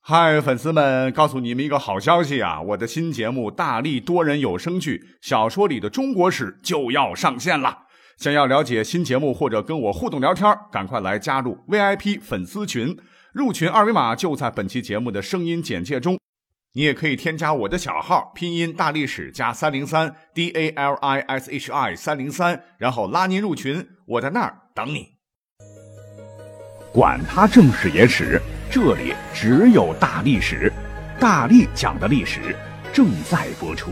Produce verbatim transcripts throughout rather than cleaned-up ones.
嗨，粉丝们，告诉你们一个好消息啊！我的新节目《大力多人有声剧小说里的中国史》就要上线了。想要了解新节目或者跟我互动聊天，赶快来加入 V I P 粉丝群，入群二维码就在本期节目的声音简介中。你也可以添加我的小号，拼音大历史加三零三 D A L I S H I 三零三，然后拉您入群，我在那儿等你。 管他正史野史，这里只有大历史，大力讲的历史正在播出。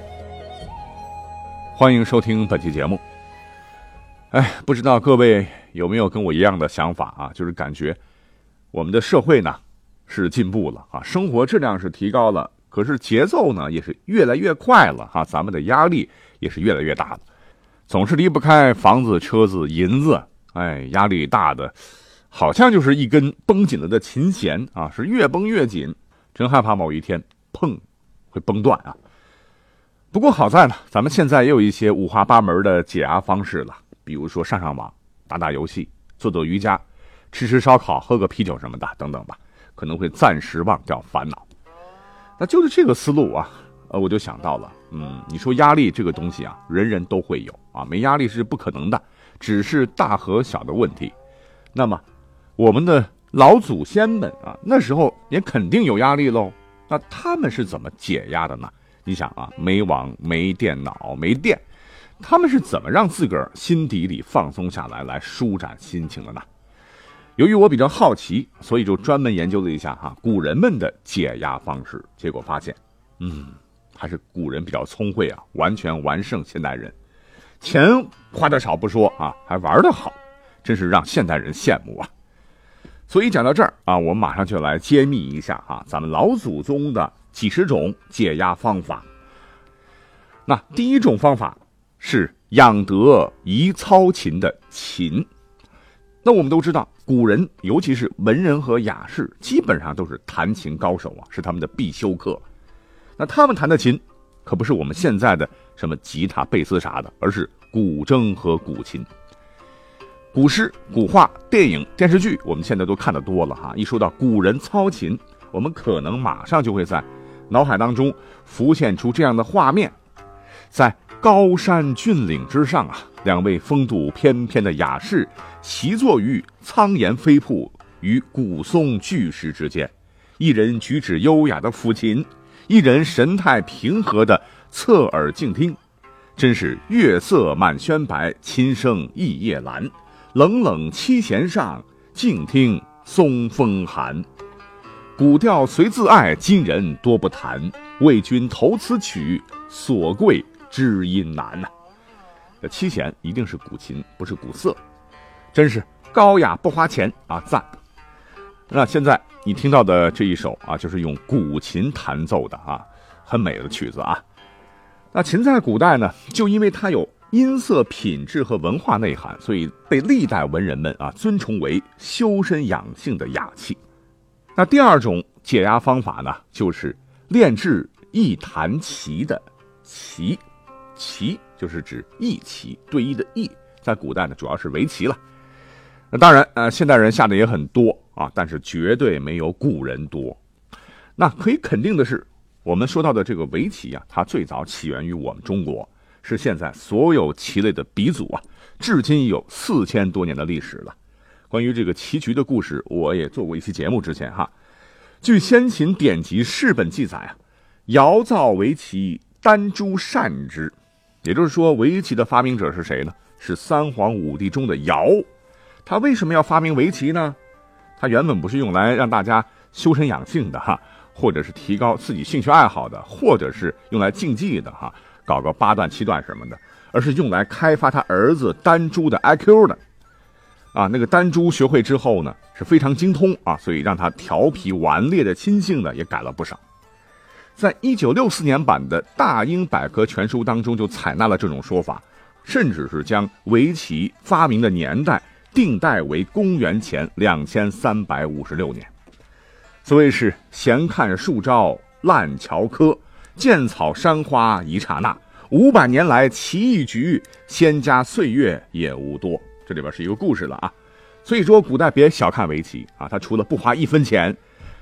欢迎收听本期节目。哎，不知道各位有没有跟我一样的想法啊？就是感觉我们的社会呢是进步了啊，生活质量是提高了，可是节奏呢也是越来越快了哈、啊，咱们的压力也是越来越大了，总是离不开房子、车子、银子，哎，压力大的好像就是一根绷紧了的琴弦啊，是越绷越紧，真害怕某一天砰会崩断啊。不过好在呢，咱们现在也有一些五花八门的解压方式了，比如说上上网、打打游戏、做做瑜伽、吃吃烧烤、喝个啤酒什么的等等吧，可能会暂时忘掉烦恼。那就是这个思路啊，呃，我就想到了，嗯，你说压力这个东西啊，人人都会有啊，没压力是不可能的，只是大和小的问题。那么我们的老祖先们啊，那时候也肯定有压力喽。那他们是怎么解压的呢？你想啊，没网、没电脑、没电，他们是怎么让自个儿心底里放松下来，来舒展心情的呢？由于我比较好奇，所以就专门研究了一下哈古人们的解压方式，结果发现，嗯，还是古人比较聪慧啊，完全完胜现代人。钱花得少不说啊，还玩得好，真是让现代人羡慕啊。所以讲到这儿啊，我们马上就来揭秘一下啊，咱们老祖宗的几十种解压方法。那第一种方法是养得宜操琴的琴。那我们都知道，古人尤其是文人和雅士，基本上都是弹琴高手啊，是他们的必修课。那他们弹的琴，可不是我们现在的什么吉他、贝斯啥的，而是古筝和古琴。古诗、古画、电影、电视剧，我们现在都看得多了哈。一说到古人操琴，我们可能马上就会在脑海当中浮现出这样的画面：在高山峻岭之上啊，两位风度翩翩的雅士习坐于苍岩飞瀑与古松巨石之间，一人举止优雅的抚琴，一人神态平和的侧耳静听。真是月色满轩白，琴声一夜阑。冷冷七弦上，静听松风寒。古调随自爱，今人多不弹。为君投此曲，所贵知音难呐、啊。这七弦一定是古琴，不是古瑟，真是高雅不花钱啊，赞。那现在你听到的这一首啊，就是用古琴弹奏的啊，很美的曲子啊。那琴在古代呢，就因为它有音色品质和文化内涵，所以被历代文人们啊尊崇为修身养性的雅器。那第二种解压方法呢，就是练制一弹棋的棋。棋就是指弈棋，对弈的弈，在古代呢主要是围棋了。那当然呃现代人下的也很多啊，但是绝对没有古人多。那可以肯定的是，我们说到的这个围棋啊，它最早起源于我们中国，是现在所有棋类的鼻祖啊，至今有四千多年的历史了。关于这个棋局的故事，我也做过一期节目之前哈。据先秦典籍释本记载啊，尧造围棋，丹朱善之。也就是说，围棋的发明者是谁呢？是三皇五帝中的尧。他为什么要发明围棋呢？他原本不是用来让大家修身养性的哈，或者是提高自己兴趣爱好的，或者是用来竞技的哈，搞个八段七段什么的，而是用来开发他儿子丹朱的 I Q 的。啊，那个丹朱学会之后呢，是非常精通啊，所以让他调皮顽劣的亲性呢也改了不少。在一九六四年版的大英百科全书当中就采纳了这种说法，甚至是将围棋发明的年代定代为公元前两千三百五十六年。所谓是闲看数招烂樵柯，见草山花一刹那，五百年来棋一局，仙家岁月也无多。这里边是一个故事了啊。所以说古代别小看围棋啊，它除了不花一分钱，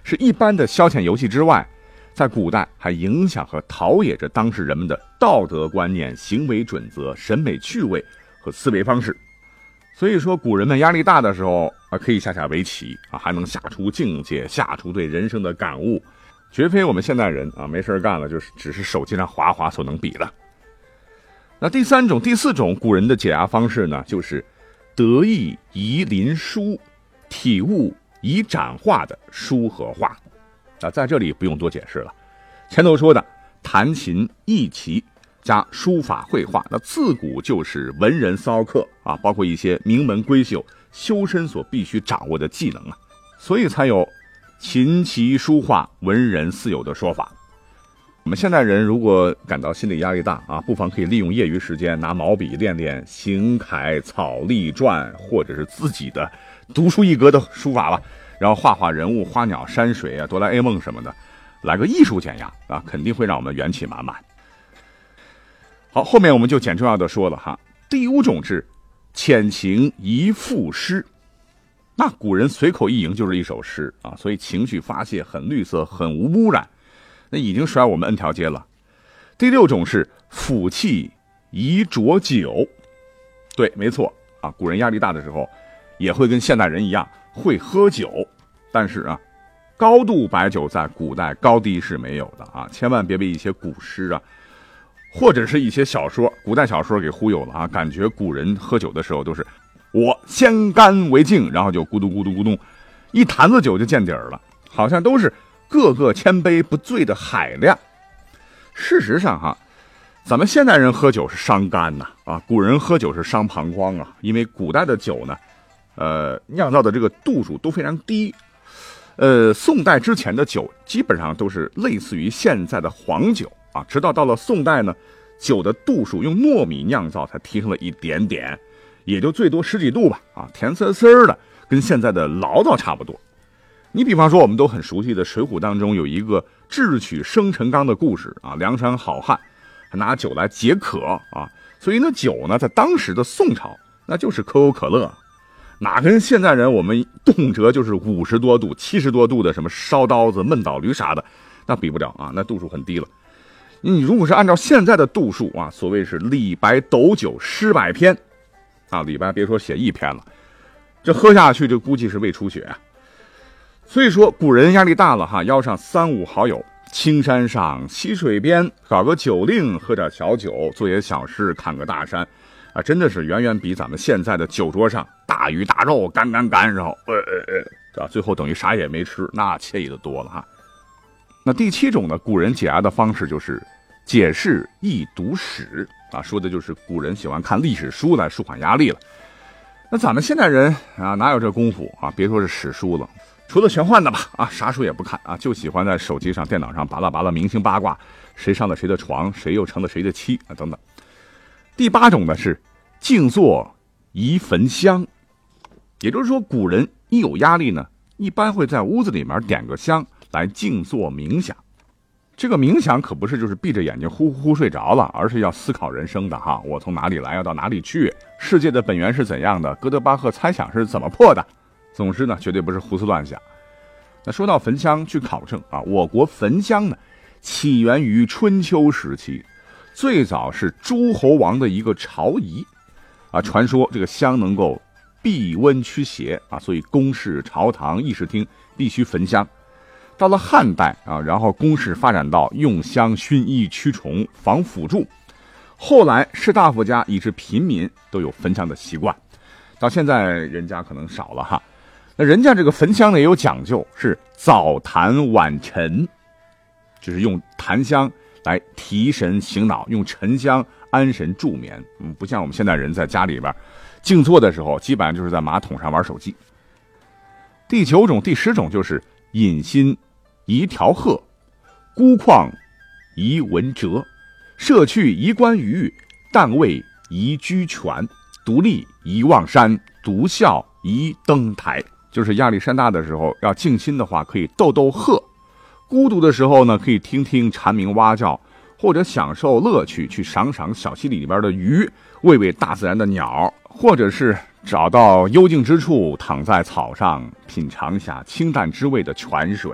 是一般的消遣游戏之外，在古代还影响和陶冶着当时人们的道德观念、行为准则、审美趣味和思维方式。所以说古人们压力大的时候啊，可以下下围棋啊，还能下出境界，下出对人生的感悟，绝非我们现代人啊没事干了就是只是手机上滑滑所能比的。那第三种、第四种古人的解压方式呢，就是得意以临书，体悟以展化的书和画。啊，在这里不用多解释了，前头说的弹琴、弈棋加书法绘画，那自古就是文人骚客啊，包括一些名门闺秀修身所必须掌握的技能啊，所以才有琴棋书画文人四有的说法。我们现代人如果感到心理压力大啊，不妨可以利用业余时间拿毛笔练练行楷、草隶、篆，或者是自己的独树一格的书法吧，然后画画人物、花鸟、山水啊、哆啦 A 梦什么的，来个艺术减压啊，肯定会让我们元气满满。好，后面我们就简重要的说了哈。第五种是遣情一赋诗，那古人随口一吟就是一首诗啊，所以情绪发泄很绿色，很无污染，那已经甩我们 N 条街了。第六种是抚气宜浊酒，对，没错啊，古人压力大的时候也会跟现代人一样会喝酒，但是啊，高度白酒在古代高低是没有的啊，千万别被一些古诗啊或者是一些小说、古代小说给忽悠了啊，感觉古人喝酒的时候都是我先干为敬，然后就咕嘟咕嘟咕嘟一坛子酒就见底儿了，好像都是个个千杯不醉的海量。事实上哈，咱们现代人喝酒是伤肝呐啊，古人喝酒是伤膀胱啊，因为古代的酒呢，呃，酿造的这个度数都非常低。呃，宋代之前的酒基本上都是类似于现在的黄酒啊，直到到了宋代呢，酒的度数用糯米酿造才提升了一点点，也就最多十几度吧啊，甜丝丝的，跟现在的醪糟差不多。你比方说我们都很熟悉的《水浒》当中有一个智取生辰纲的故事啊，梁山好汉拿酒来解渴啊，所以那酒呢，在当时的宋朝那就是可口可乐，哪跟现在人我们动辄就是五十多度、七十多度的什么烧刀子、闷倒驴啥的，那比不了啊，那度数很低了。你如果是按照现在的度数啊，所谓是李白斗酒诗百篇啊，李白别说写一篇了，这喝下去就估计是胃出血啊。所以说古人压力大了哈，邀上三五好友，青山上溪水边搞个酒令，喝点小酒，做些小事，看个大山啊，真的是远远比咱们现在的酒桌上大鱼大肉干干干，然后呃呃呃，最后等于啥也没吃，那惬意的多了哈。那第七种呢，古人解压的方式就是解释易读史啊，说的就是古人喜欢看历史书来舒缓压力了。那咱们现代人啊，哪有这功夫啊？别说是史书了，除了玄幻的吧啊，啥书也不看啊，就喜欢在手机上、电脑上扒拉扒拉明星八卦，谁上了谁的床，谁又成了谁的妻啊等等。第八种呢是静坐宜焚香，也就是说古人一有压力呢，一般会在屋子里面点个香来静坐冥想。这个冥想可不是就是闭着眼睛呼呼呼睡着了，而是要思考人生的哈，我从哪里来要到哪里去，世界的本源是怎样的，哥德巴赫猜想是怎么破的，总之呢绝对不是胡思乱想。那说到焚香，据考证啊，我国焚香呢起源于春秋时期，最早是诸侯王的一个朝仪啊，传说这个香能够避瘟驱邪啊，所以宫室、朝堂、议事厅必须焚香。到了汉代啊，然后宫室发展到用香熏衣、驱虫、防腐蛀，后来士大夫家以至平民都有焚香的习惯，到现在人家可能少了哈。那人家这个焚香呢也有讲究，是早檀晚沉，就是用檀香来提神醒脑，用沉香安神助眠。嗯，不像我们现在人在家里边静坐的时候，基本上就是在马桶上玩手机。第九种、第十种就是饮心宜调和，孤旷宜文哲，摄去宜观鱼，淡味宜居泉，独立宜望山，独笑宜登台。就是压力山大的时候要静心的话，可以逗逗鹤，孤独的时候呢，可以听听蝉鸣蛙叫，或者享受乐趣，去赏赏小溪里边的鱼，喂喂大自然的鸟，或者是找到幽静之处，躺在草上品尝下清淡之味的泉水。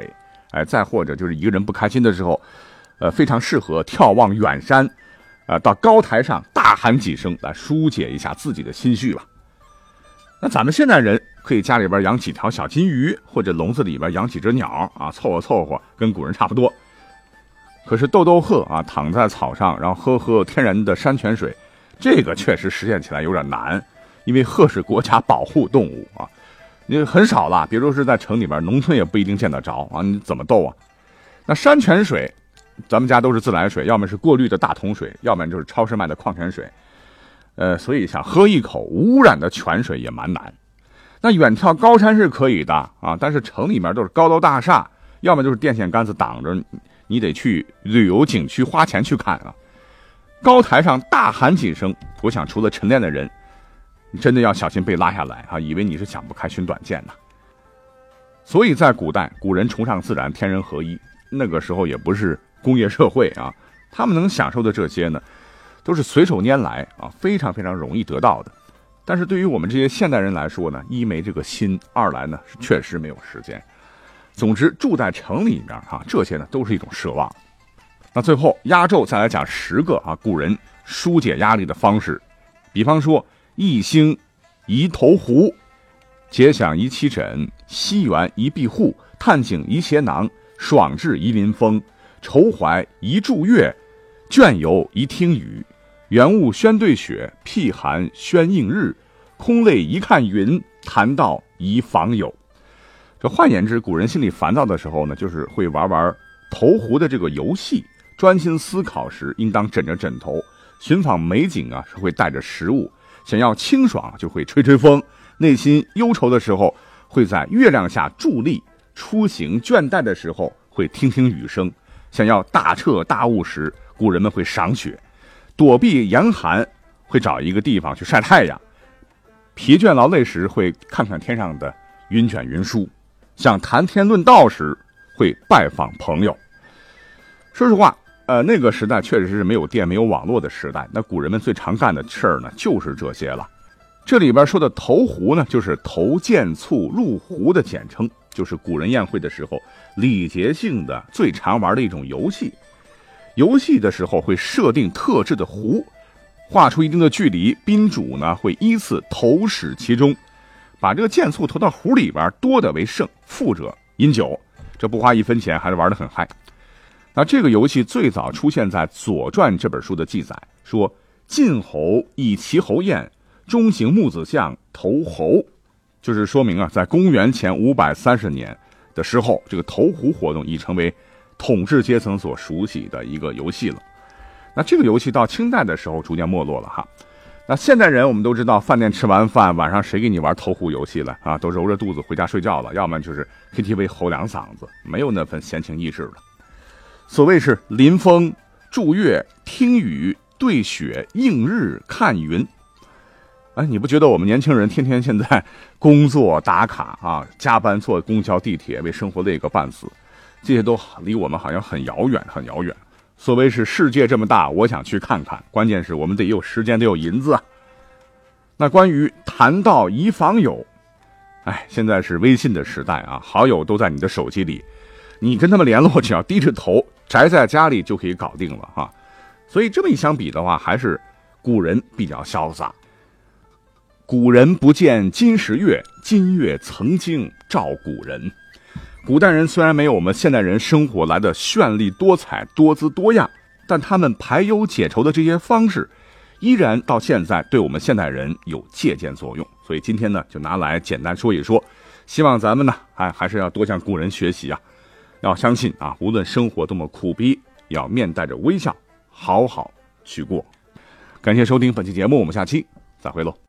哎，再或者就是一个人不开心的时候，呃，非常适合眺望远山，啊、呃，到高台上大喊几声来疏解一下自己的心绪吧。那咱们现代人可以家里边养几条小金鱼，或者笼子里边养几只鸟啊，凑合凑合，跟古人差不多。可是逗逗鹤啊，躺在草上，然后喝喝天然的山泉水，这个确实实现起来有点难，因为鹤是国家保护动物啊，你很少了，别说是在城里边，农村也不一定见得着啊，你怎么逗啊？那山泉水，咱们家都是自来水，要么是过滤的大桶水，要么就是超市卖的矿泉水。呃，所以想喝一口无污染的泉水也蛮难。那远眺高山是可以的啊，但是城里面都是高楼大厦，要么就是电线杆子挡着，你得去旅游景区花钱去看啊。高台上大喊几声，我想除了晨练的人，你真的要小心被拉下来啊，以为你是想不开寻短见呢。所以在古代，古人崇尚自然，天人合一，那个时候也不是工业社会啊，他们能享受的这些呢，都是随手拈来啊，非常非常容易得到的。但是对于我们这些现代人来说呢，一没这个心，二来呢是确实没有时间。总之，住在城里面啊，这些呢都是一种奢望。那最后压轴再来讲十个啊古人疏解压力的方式，比方说一兴宜投壶，结想宜栖枕，西园宜庇护，探景宜携囊，爽志宜临风，愁怀宜助乐，倦游宜听雨，圆物宣对雪，僻寒宣映日，空泪宜看云，谈道宜访友。这换言之，古人心里烦躁的时候呢，就是会玩玩投壶的这个游戏，专心思考时应当枕着枕头，寻访美景啊是会带着食物，想要清爽就会吹吹风，内心忧愁的时候会在月亮下伫立，出行倦怠的时候会听听雨声，想要大彻大悟时，古人们会赏雪，躲避严寒会找一个地方去晒太阳，疲倦劳累时会看看天上的云卷云舒，想谈天论道时会拜访朋友。说实话，呃，那个时代确实是没有电没有网络的时代，那古人们最常干的事儿呢就是这些了。这里边说的投壶呢，就是投剑簇入壶的简称，就是古人宴会的时候礼节性的最常玩的一种游戏。游戏的时候会设定特制的壶，画出一定的距离，宾主呢会依次投矢其中，把这个箭簇投到壶里边，多的为胜，负者饮酒，这不花一分钱还是玩得很嗨。那这个游戏最早出现在《左传》这本书的记载，说晋侯以齐侯宴，中行木子相投侯，就是说明啊，在公元前五百三十年的时候，这个投壶活动已成为统治阶层所熟悉的一个游戏了。那这个游戏到清代的时候逐渐没落了哈。那现代人我们都知道，饭店吃完饭，晚上谁给你玩投壶游戏了啊？都揉着肚子回家睡觉了，要么就是 K T V 吼两嗓子，没有那份闲情逸致了。所谓是临风、助乐、听雨、对雪、映日、看云。哎，你不觉得我们年轻人天天现在工作打卡啊，加班坐公交地铁，为生活累个半死，这些都离我们好像很遥远很遥远。所谓是世界这么大，我想去看看，关键是我们得有时间，得有银子啊。那关于谈道宜访友，哎，现在是微信的时代啊，好友都在你的手机里，你跟他们联络只要低着头宅在家里就可以搞定了哈。所以这么一相比的话，还是古人比较潇洒。古人不见今时月，今月曾经照古人。古代人虽然没有我们现代人生活来的绚丽多彩多姿多样，但他们排忧解愁的这些方式依然到现在对我们现代人有借鉴作用。所以今天呢就拿来简单说一说，希望咱们呢还还是要多向古人学习啊，要相信啊，无论生活多么苦逼，要面带着微笑好好去过。感谢收听本期节目，我们下期再会喽。